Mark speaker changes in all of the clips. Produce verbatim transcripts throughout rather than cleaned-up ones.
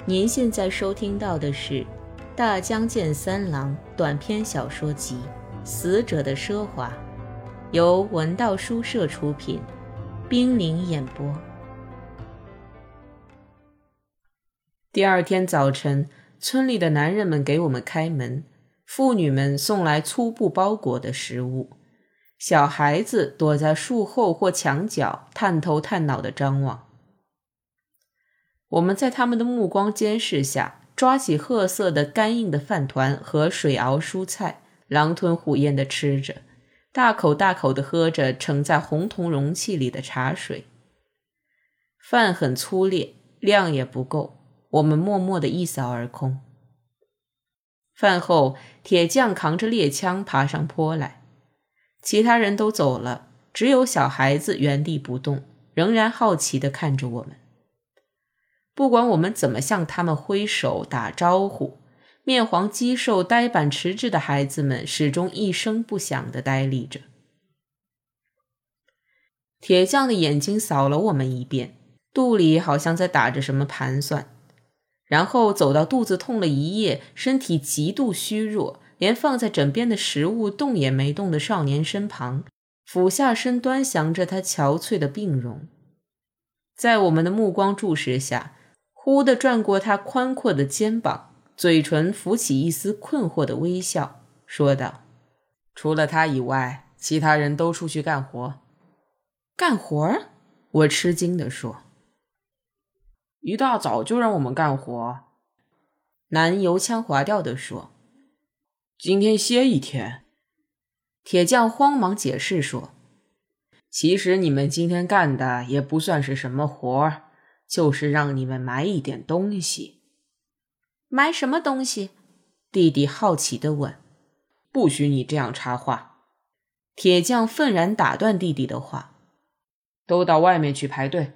Speaker 1: 您现在收听到的是大江健三郎短篇小说集《死者的奢华》，由文道书社出品，冰凌演播。第二天早晨，村里的男人们给我们开门，妇女们送来粗布包裹的食物，小孩子躲在树后或墙角，探头探脑地张望。我们在他们的目光监视下，抓起褐色的干硬的饭团和水熬蔬菜，狼吞虎咽地吃着，大口大口地喝着盛在红铜容器里的茶水。饭很粗劣，量也不够，我们默默地一扫而空。饭后，铁匠扛着猎枪爬上坡来，其他人都走了，只有小孩子原地不动，仍然好奇地看着我们。不管我们怎么向他们挥手打招呼，面黄肌瘦呆板迟滞的孩子们始终一声不响地呆立着。铁匠的眼睛扫了我们一遍，肚里好像在打着什么盘算，然后走到肚子痛了一夜，身体极度虚弱，连放在枕边的食物动也没动的少年身旁，俯下身端详着他憔悴的病容。在我们的目光注视下，忽地转过他宽阔的肩膀，嘴唇浮起一丝困惑的微笑，说道：除了他以外，其他人都出去干活。干活？我吃惊地说。一大早就让我们干活。男油腔滑调地说。今天歇一天。铁匠慌忙解释说，其实你们今天干的也不算是什么活，就是让你们买一点东西。买什么东西？弟弟好奇地问。不许你这样插话。铁匠愤然打断弟弟的话。都到外面去排队。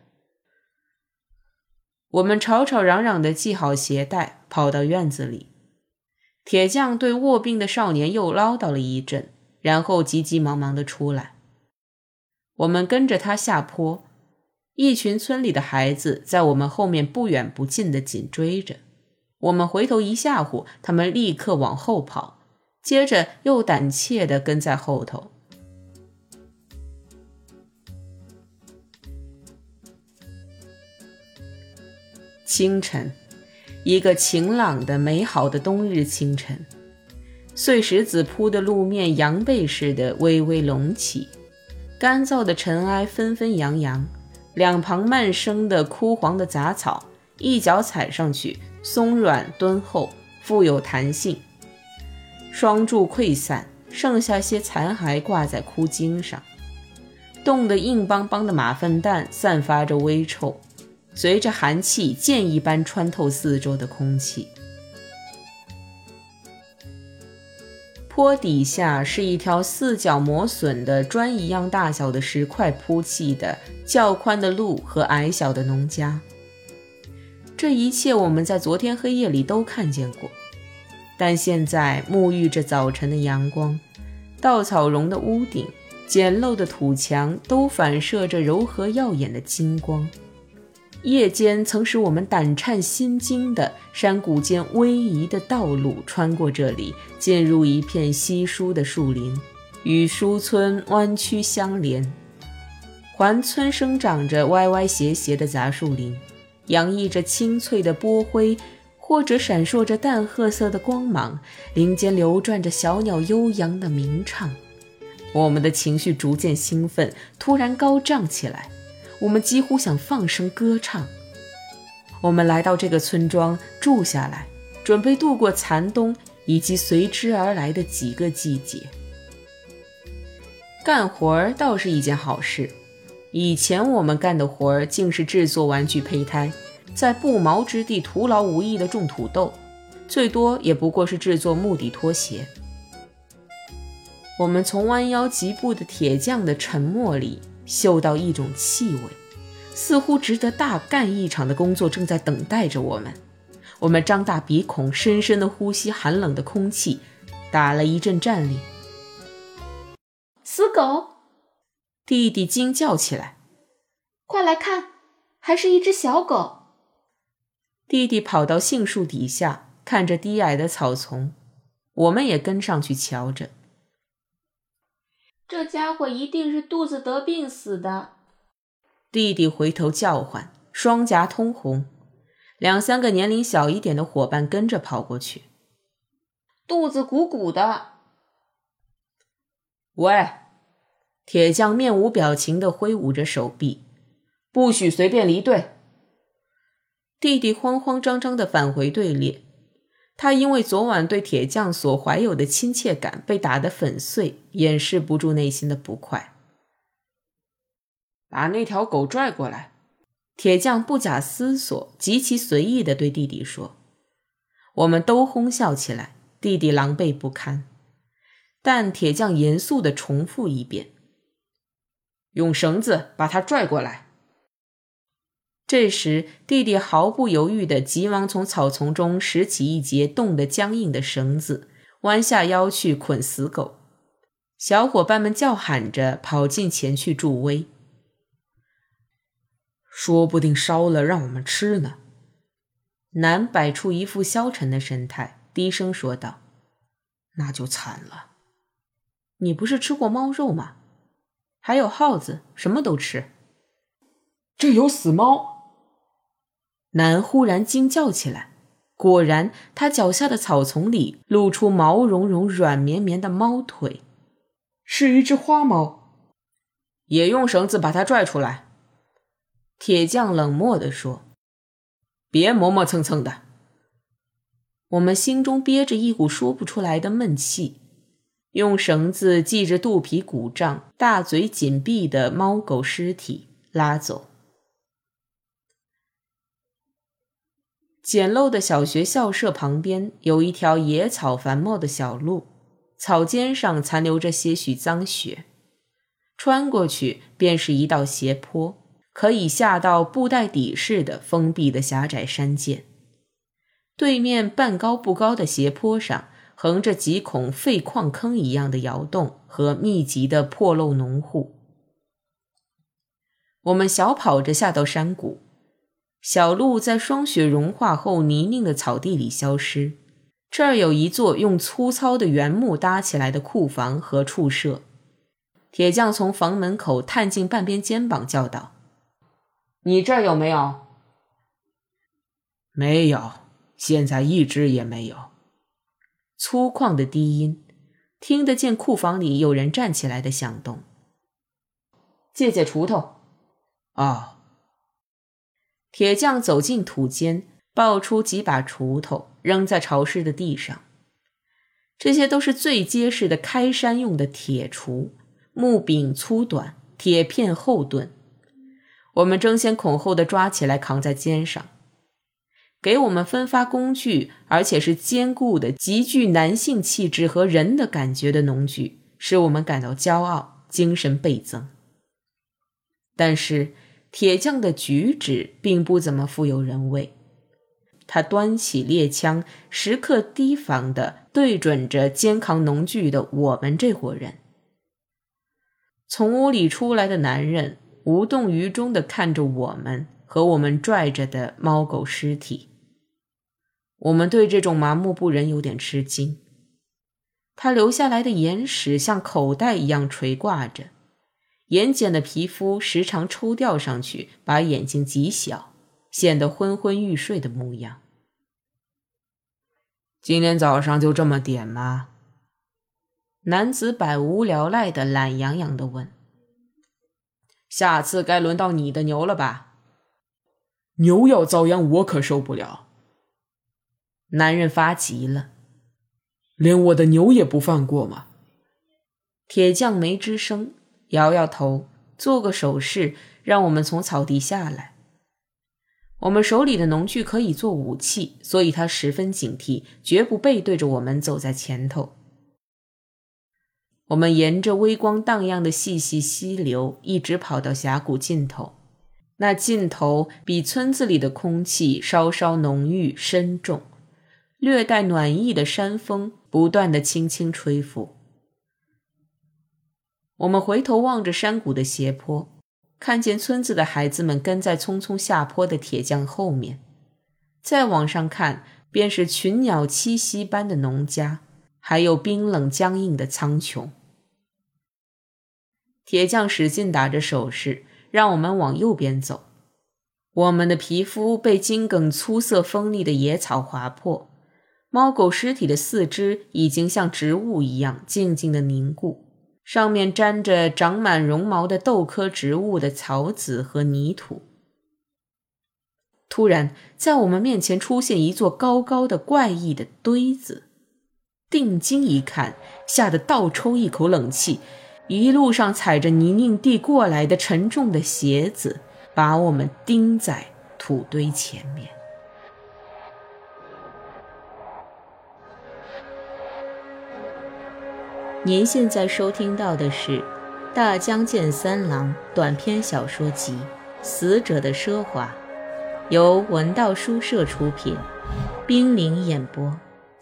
Speaker 1: 我们吵吵嚷嚷地系好鞋带，跑到院子里。铁匠对卧病的少年又唠叨了一阵，然后急急忙忙地出来。我们跟着他下坡，一群村里的孩子在我们后面不远不近地紧追着。我们回头一吓唬，他们立刻往后跑，接着又胆怯地跟在后头。清晨，一个晴朗的美好的冬日清晨，碎石子铺的路面扬背似的微微隆起，干燥的尘埃纷纷扬扬，两旁漫生的枯黄的杂草，一脚踩上去松软敦厚，富有弹性。双柱溃散，剩下些残骸挂在枯茎上，冻得硬邦邦的马粪蛋散发着微臭，随着寒气箭一般穿透四周的空气。坡底下是一条四角磨损的砖一样大小的石块铺砌的较宽的路和矮小的农家。这一切我们在昨天黑夜里都看见过，但现在沐浴着早晨的阳光，稻草绒的屋顶，简陋的土墙都反射着柔和耀眼的金光。夜间曾使我们胆颤心惊的山谷间逶迤的道路穿过这里，进入一片稀疏的树林，与书村弯曲相连。环村生长着歪歪斜斜的杂树林，洋溢着清脆的波灰，或者闪烁着淡褐色的光芒，林间流转着小鸟悠扬的鸣唱。我们的情绪逐渐兴奋，突然高涨起来，我们几乎想放声歌唱。我们来到这个村庄住下来，准备度过残冬以及随之而来的几个季节。干活倒是一件好事，以前我们干的活竟是制作玩具胚胎，在不毛之地徒劳无益地种土豆，最多也不过是制作木底拖鞋。我们从弯腰疾步的铁匠的沉默里嗅到一种气味，似乎值得大干一场的工作正在等待着我们。我们张大鼻孔，深深地呼吸寒冷的空气，打了一阵战栗。
Speaker 2: 死狗！
Speaker 1: 弟弟惊叫起来。
Speaker 2: 快来看，还是一只小狗。
Speaker 1: 弟弟跑到杏树底下，看着低矮的草丛，我们也跟上去瞧着。
Speaker 2: 这家伙一定是肚子得病死的。
Speaker 1: 弟弟回头叫唤，双颊通红，两三个年龄小一点的伙伴跟着跑过去。
Speaker 2: 肚子鼓鼓的。
Speaker 1: 喂！铁匠面无表情地挥舞着手臂，不许随便离队。弟弟慌慌张张地返回队列，他因为昨晚对铁匠所怀有的亲切感被打得粉碎，掩饰不住内心的不快。把那条狗拽过来。铁匠不假思索，极其随意地对弟弟说。我们都哄笑起来，弟弟狼狈不堪。但铁匠严肃地重复一遍，用绳子把他拽过来。这时弟弟毫不犹豫地急忙从草丛中拾起一截冻得僵硬的绳子，弯下腰去捆死狗。小伙伴们叫喊着跑进前去助威。说不定烧了让我们吃呢。南摆出一副消沉的神态，低声说道。那就惨了。你不是吃过猫肉吗？还有耗子，什么都吃。这有死猫！南忽然惊叫起来，果然他脚下的草丛里露出毛茸茸软绵绵的猫腿，是一只花猫。也用绳子把它拽出来。铁匠冷漠地说，别磨磨蹭蹭的。我们心中憋着一股说不出来的闷气，用绳子系着肚皮鼓胀、大嘴紧闭的猫狗尸体拉走。简陋的小学校舍旁边有一条野草繁茂的小路，草尖上残留着些许脏血，穿过去便是一道斜坡，可以下到布袋底似的封闭的狭窄山涧。对面半高不高的斜坡上横着几孔废矿坑一样的窑洞和密集的破漏农户。我们小跑着下到山谷，小路在霜雪融化后泥泞的草地里消失。这儿有一座用粗糙的原木搭起来的库房和畜舍。铁匠从房门口探进半边肩膀叫道，你这儿有没有？没有，现在一只也没有。粗犷的低音，听得见库房里有人站起来的响动。借借锄头。哦。铁匠走进土间，抱出几把锄头，扔在潮湿的地上。这些都是最结实的开山用的铁锄，木柄粗短，铁片厚钝。我们争先恐后地抓起来扛在肩上。给我们分发工具，而且是坚固的、极具男性气质和人的感觉的农具，使我们感到骄傲，精神倍增。但是铁匠的举止并不怎么富有人味。他端起猎枪，时刻提防地对准着肩扛农具的我们这伙人。从屋里出来的男人无动于衷地看着我们和我们拽着的猫狗尸体。我们对这种麻木不仁有点吃惊。他留下来的眼屎像口袋一样垂挂着，眼睑的皮肤时常抽掉上去，把眼睛挤小，显得昏昏欲睡的模样。今天早上就这么点吗？男子百无聊赖地懒洋洋地问。下次该轮到你的牛了吧？牛要遭殃，我可受不了。男人发急了。连我的牛也不放过吗？铁匠没吱声，摇摇头，做个手势，让我们从草地下来。我们手里的农具可以做武器，所以他十分警惕，绝不背对着我们走在前头。我们沿着微光荡漾的细细溪流一直跑到峡谷尽头，那尽头比村子里的空气稍稍浓郁深重，略带暖意的山风不断地轻轻吹拂。我们回头望着山谷的斜坡，看见村子的孩子们跟在匆匆下坡的铁匠后面， 再往上看，便是群鸟栖息般的农家，还有冰冷僵硬的苍穹。铁匠使劲打着手势，让我们往右边走。我们的皮肤被茎梗粗涩锋利的野草划破，猫狗尸体的四肢已经像植物一样静静地凝固，上面沾着长满绒毛的豆科植物的草籽和泥土。突然，在我们面前出现一座高高的怪异的堆子，定睛一看，吓得倒抽一口冷气，一路上踩着泥泞地过来的沉重的鞋子，把我们钉在土堆前面。您现在收听到的是《大江健三郎》短篇小说集《死者的奢华》，由文道书社出品，冰凌演播。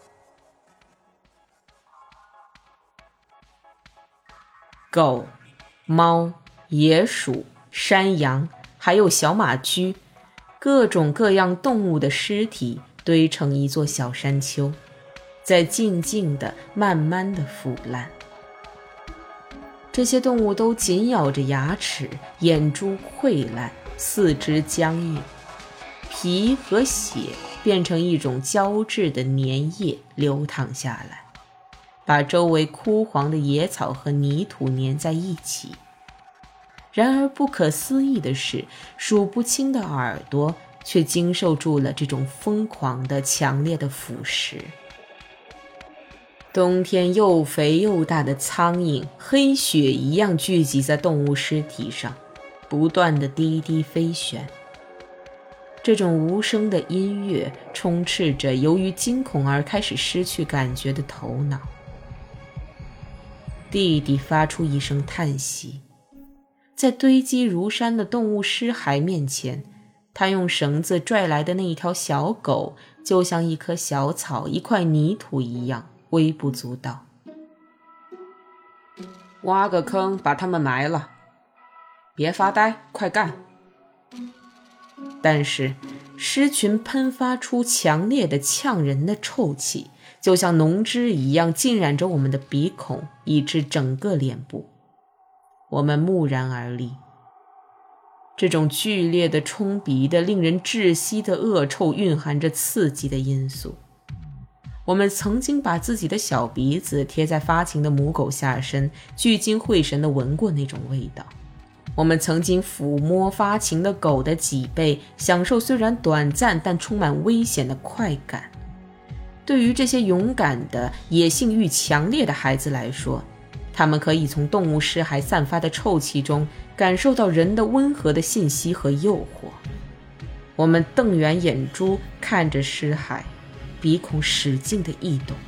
Speaker 1: 狗、猫、野鼠、山羊，还有小马驹，各种各样动物的尸体堆成一座小山丘，在静静地、慢慢地腐烂。这些动物都紧咬着牙齿，眼珠溃烂，四肢僵硬，皮和血变成一种胶质的粘液流淌下来，把周围枯黄的野草和泥土粘在一起。然而不可思议的是，数不清的耳朵却经受住了这种疯狂的强烈的腐蚀。冬天又肥又大的苍蝇黑雪一样聚集在动物尸体上，不断地低低飞旋。这种无声的音乐充斥着由于惊恐而开始失去感觉的头脑。弟弟发出一声叹息，在堆积如山的动物尸骸面前，他用绳子拽来的那一条小狗就像一棵小草、一块泥土一样微不足道。挖个坑把它们埋了，别发呆，快干。但是尸群喷发出强烈的呛人的臭气，就像浓汁一样浸染着我们的鼻孔，以致整个脸部。我们木然而立，这种剧烈的冲鼻的令人窒息的恶臭蕴含着刺激的因素。我们曾经把自己的小鼻子贴在发情的母狗下身，聚精会神地闻过那种味道。我们曾经抚摸发情的狗的脊背，享受虽然短暂但充满危险的快感。对于这些勇敢的、野性欲强烈的孩子来说，他们可以从动物尸骸散发的臭气中感受到人的温和的信息和诱惑。我们瞪圆眼珠看着尸骸，鼻孔使劲地异动。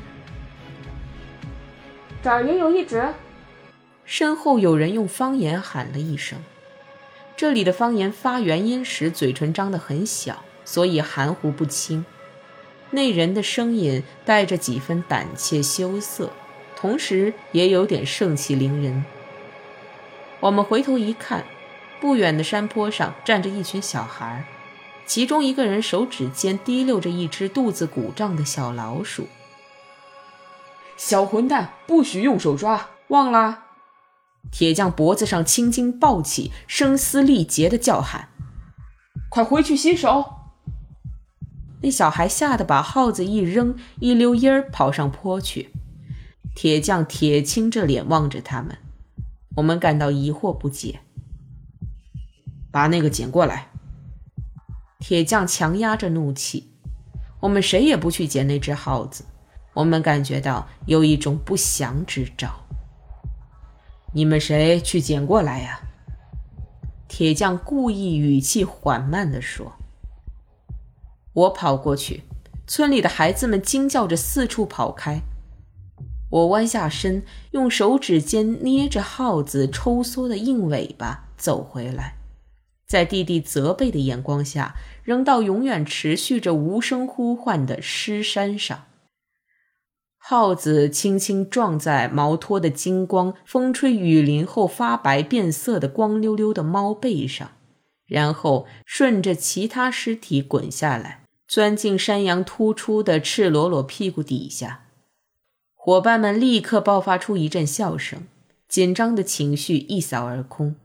Speaker 2: 这儿也有一只。
Speaker 1: 身后有人用方言喊了一声。这里的方言发元音时嘴唇张得很小，所以含糊不清。那人的声音带着几分胆怯羞涩，同时也有点盛气凌人。我们回头一看，不远的山坡上站着一群小孩，其中一个人手指间提溜着一只肚子鼓胀的小老鼠。小混蛋，不许用手抓，忘了？铁匠脖子上青筋暴起，声嘶力竭地叫喊：快回去洗手！那小孩吓得把耗子一扔，一溜烟儿跑上坡去。铁匠铁青着脸望着他们，我们感到疑惑不解。把那个捡过来。铁匠强压着怒气，我们谁也不去捡那只耗子，我们感觉到有一种不祥之兆。你们谁去捡过来呀？铁匠故意语气缓慢地说。我跑过去，村里的孩子们惊叫着四处跑开。我弯下身，用手指间捏着耗子抽缩的硬尾巴走回来，在弟弟责备的眼光下扔到永远持续着无声呼唤的尸山上。耗子轻轻撞在毛脱的金光、风吹雨淋后发白变色的光溜溜的猫背上，然后顺着其他尸体滚下来， 钻进山羊突出的赤裸裸屁股底下。伙伴们立刻爆发出一阵笑声，紧张的情绪一扫而空。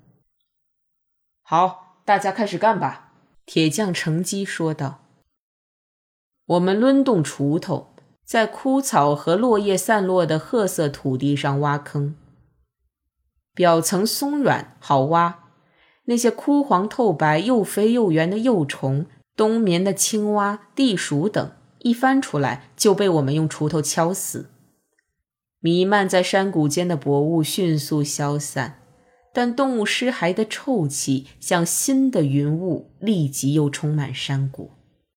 Speaker 1: 好，大家开始干吧，铁匠乘机说道。我们抡动锄头，在枯草和落叶散落的褐色土地上挖坑。表层松软好挖，那些枯黄透白又肥又圆的幼虫、冬眠的青蛙、地鼠等一翻出来就被我们用锄头敲死。弥漫在山谷间的薄雾迅速消散，但动物尸骸的臭气像新的云雾立即又充满山谷。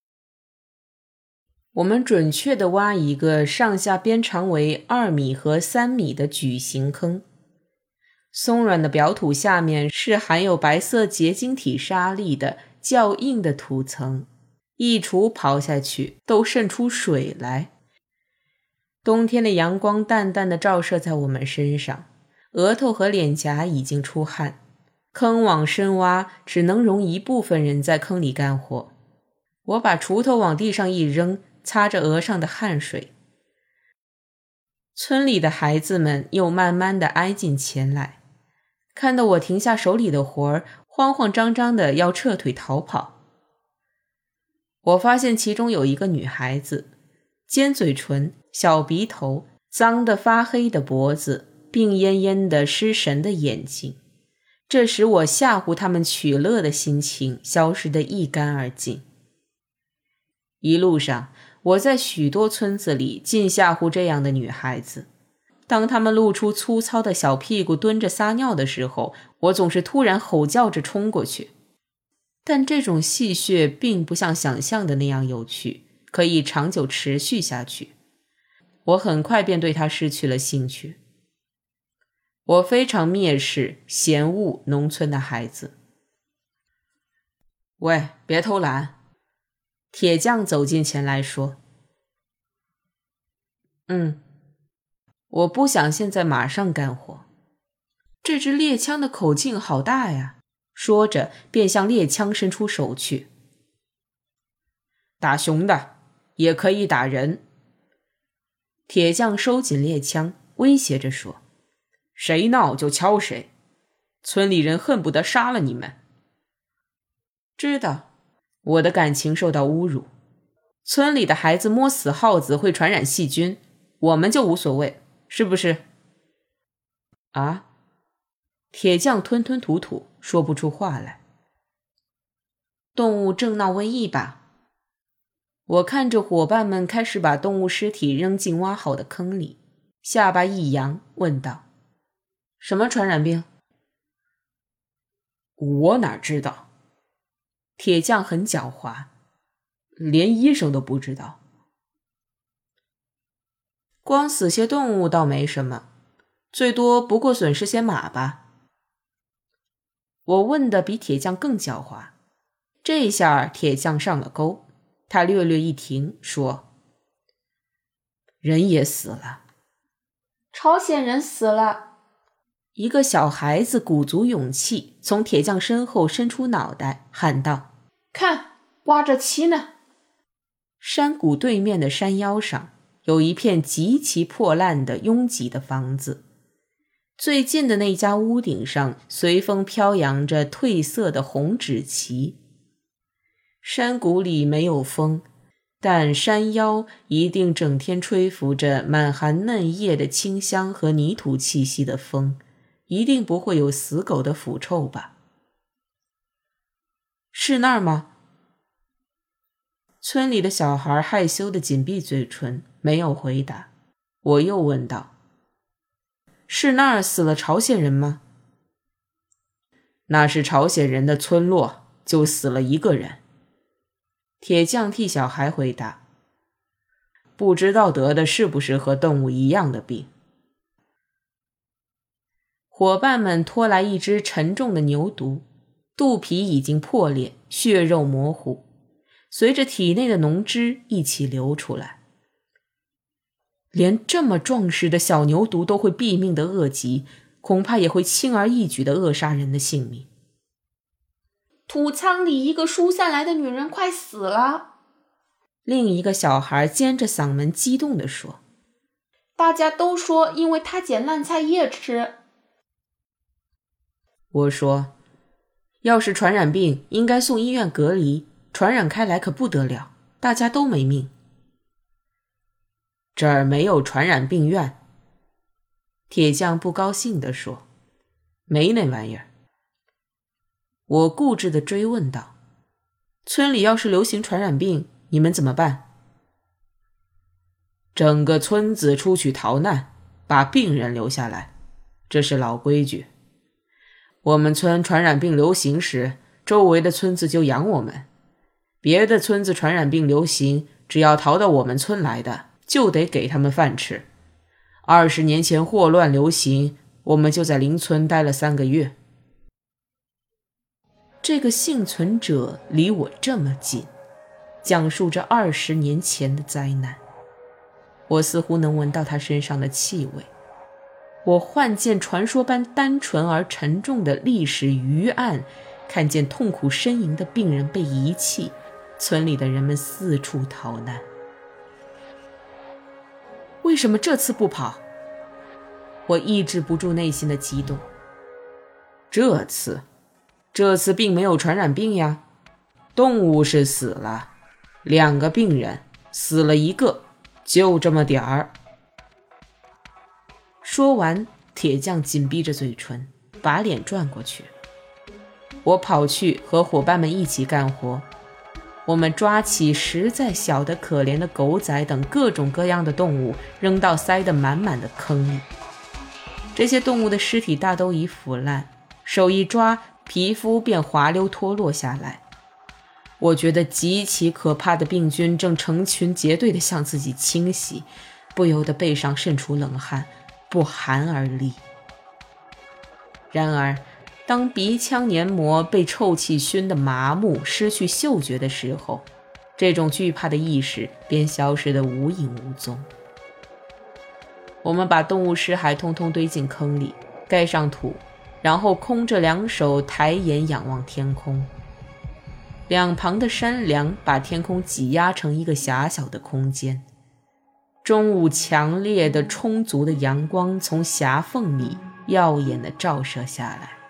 Speaker 1: 我们准确地挖一个上下边长为二米和三米的矩形坑，松软的表土下面是含有白色结晶体沙粒的较硬的土层，一锄刨下去都渗出水来。冬天的阳光淡淡地照射在我们身上，额头和脸颊已经出汗。坑往深挖，只能容一部分人在坑里干活。我把锄头往地上一扔，擦着额上的汗水。村里的孩子们又慢慢地挨近前来，看到我停下手里的活儿，慌慌张张地要撤腿逃跑。我发现其中有一个女孩子，尖嘴唇、小鼻头、脏得发黑的脖子、病恹恹的失神的眼睛，这使我吓唬他们取乐的心情消失得一干二净。一路上，我在许多村子里尽吓唬这样的女孩子。当她们露出粗糙的小屁股蹲着撒尿的时候，我总是突然吼叫着冲过去。但这种戏谑并不像想象的那样有趣，可以长久持续下去。我很快便对它失去了兴趣。我非常蔑视、嫌恶农村的孩子。喂，别偷懒。铁匠走近前来说。嗯，我不想现在马上干活。这支猎枪的口径好大呀，说着便向猎枪伸出手去。打熊的，也可以打人。铁匠收紧猎枪，威胁着说，谁闹就敲谁，村里人恨不得杀了你们。知道，我的感情受到侮辱。村里的孩子摸死耗子会传染细菌，我们就无所谓，是不是？啊？铁匠吞吞吐吐，说不出话来。动物正闹瘟疫吧？我看着伙伴们开始把动物尸体扔进挖好的坑里，下巴一扬，问道：什么传染病？我哪知道？铁匠很狡猾，连医生都不知道。光死些动物倒没什么，最多不过损失些马吧。我问的比铁匠更狡猾，这下铁匠上了钩。他略略一停，说：人也死了。
Speaker 2: 朝鲜人死了。
Speaker 1: 一个小孩子鼓足勇气，从铁匠身后伸出脑袋，喊道：
Speaker 2: 看，挖着旗呢。
Speaker 1: 山谷对面的山腰上有一片极其破烂的拥挤的房子，最近的那家屋顶上随风飘扬着褪色的红纸旗。山谷里没有风，但山腰一定整天吹拂着满含嫩叶的清香和泥土气息的风，一定不会有死狗的腐臭吧？是那儿吗？村里的小孩害羞地紧闭嘴唇，没有回答。我又问道：是那儿死了朝鲜人吗？那是朝鲜人的村落，就死了一个人。铁匠替小孩回答：不知道得的是不是和动物一样的病。伙伴们拖来一只沉重的牛犊，肚皮已经破裂，血肉模糊，随着体内的脓汁一起流出来。连这么壮实的小牛犊都会毙命的恶疾，恐怕也会轻而易举地扼杀人的性命。
Speaker 2: 土仓里一个输下来的女人快死了。
Speaker 1: 另一个小孩尖着嗓门激动地说：
Speaker 2: 大家都说因为他捡烂菜叶吃。
Speaker 1: 我说，要是传染病应该送医院隔离，传染开来可不得了，大家都没命。这儿没有传染病院。铁匠不高兴地说，没那玩意儿。我固执地追问道，村里要是流行传染病，你们怎么办？整个村子出去逃难，把病人留下来，这是老规矩。我们村传染病流行时，周围的村子就养我们。别的村子传染病流行，只要逃到我们村来的，就得给他们饭吃。二十年前霍乱流行，我们就在邻村待了三个月。这个幸存者离我这么近，讲述着二十年前的灾难。我似乎能闻到他身上的气味，我幻见传说般单纯而沉重的历史余案，看见痛苦呻吟的病人被遗弃，村里的人们四处逃难。为什么这次不跑？我抑制不住内心的激动。这次，这次并没有传染病呀，动物是死了，两个病人，死了一个，就这么点儿。说完，铁匠紧闭着嘴唇，把脸转过去。我跑去和伙伴们一起干活，我们抓起实在小得可怜的狗仔等各种各样的动物，扔到塞得满满的坑里。这些动物的尸体大都已腐烂，手一抓，皮肤便滑溜脱落下来。我觉得极其可怕的病菌正成群结队地向自己侵袭，不由得背上渗出冷汗，不寒而栗。然而当鼻腔黏膜被臭气熏得麻木，失去嗅觉的时候，这种惧怕的意识便消失得无影无踪。我们把动物尸骸通通堆进坑里，盖上土，然后空着两手抬眼仰望天空。两旁的山梁把天空挤压成一个狭小的空间。中午强烈的充足的阳光从狭缝里耀眼地照射下来。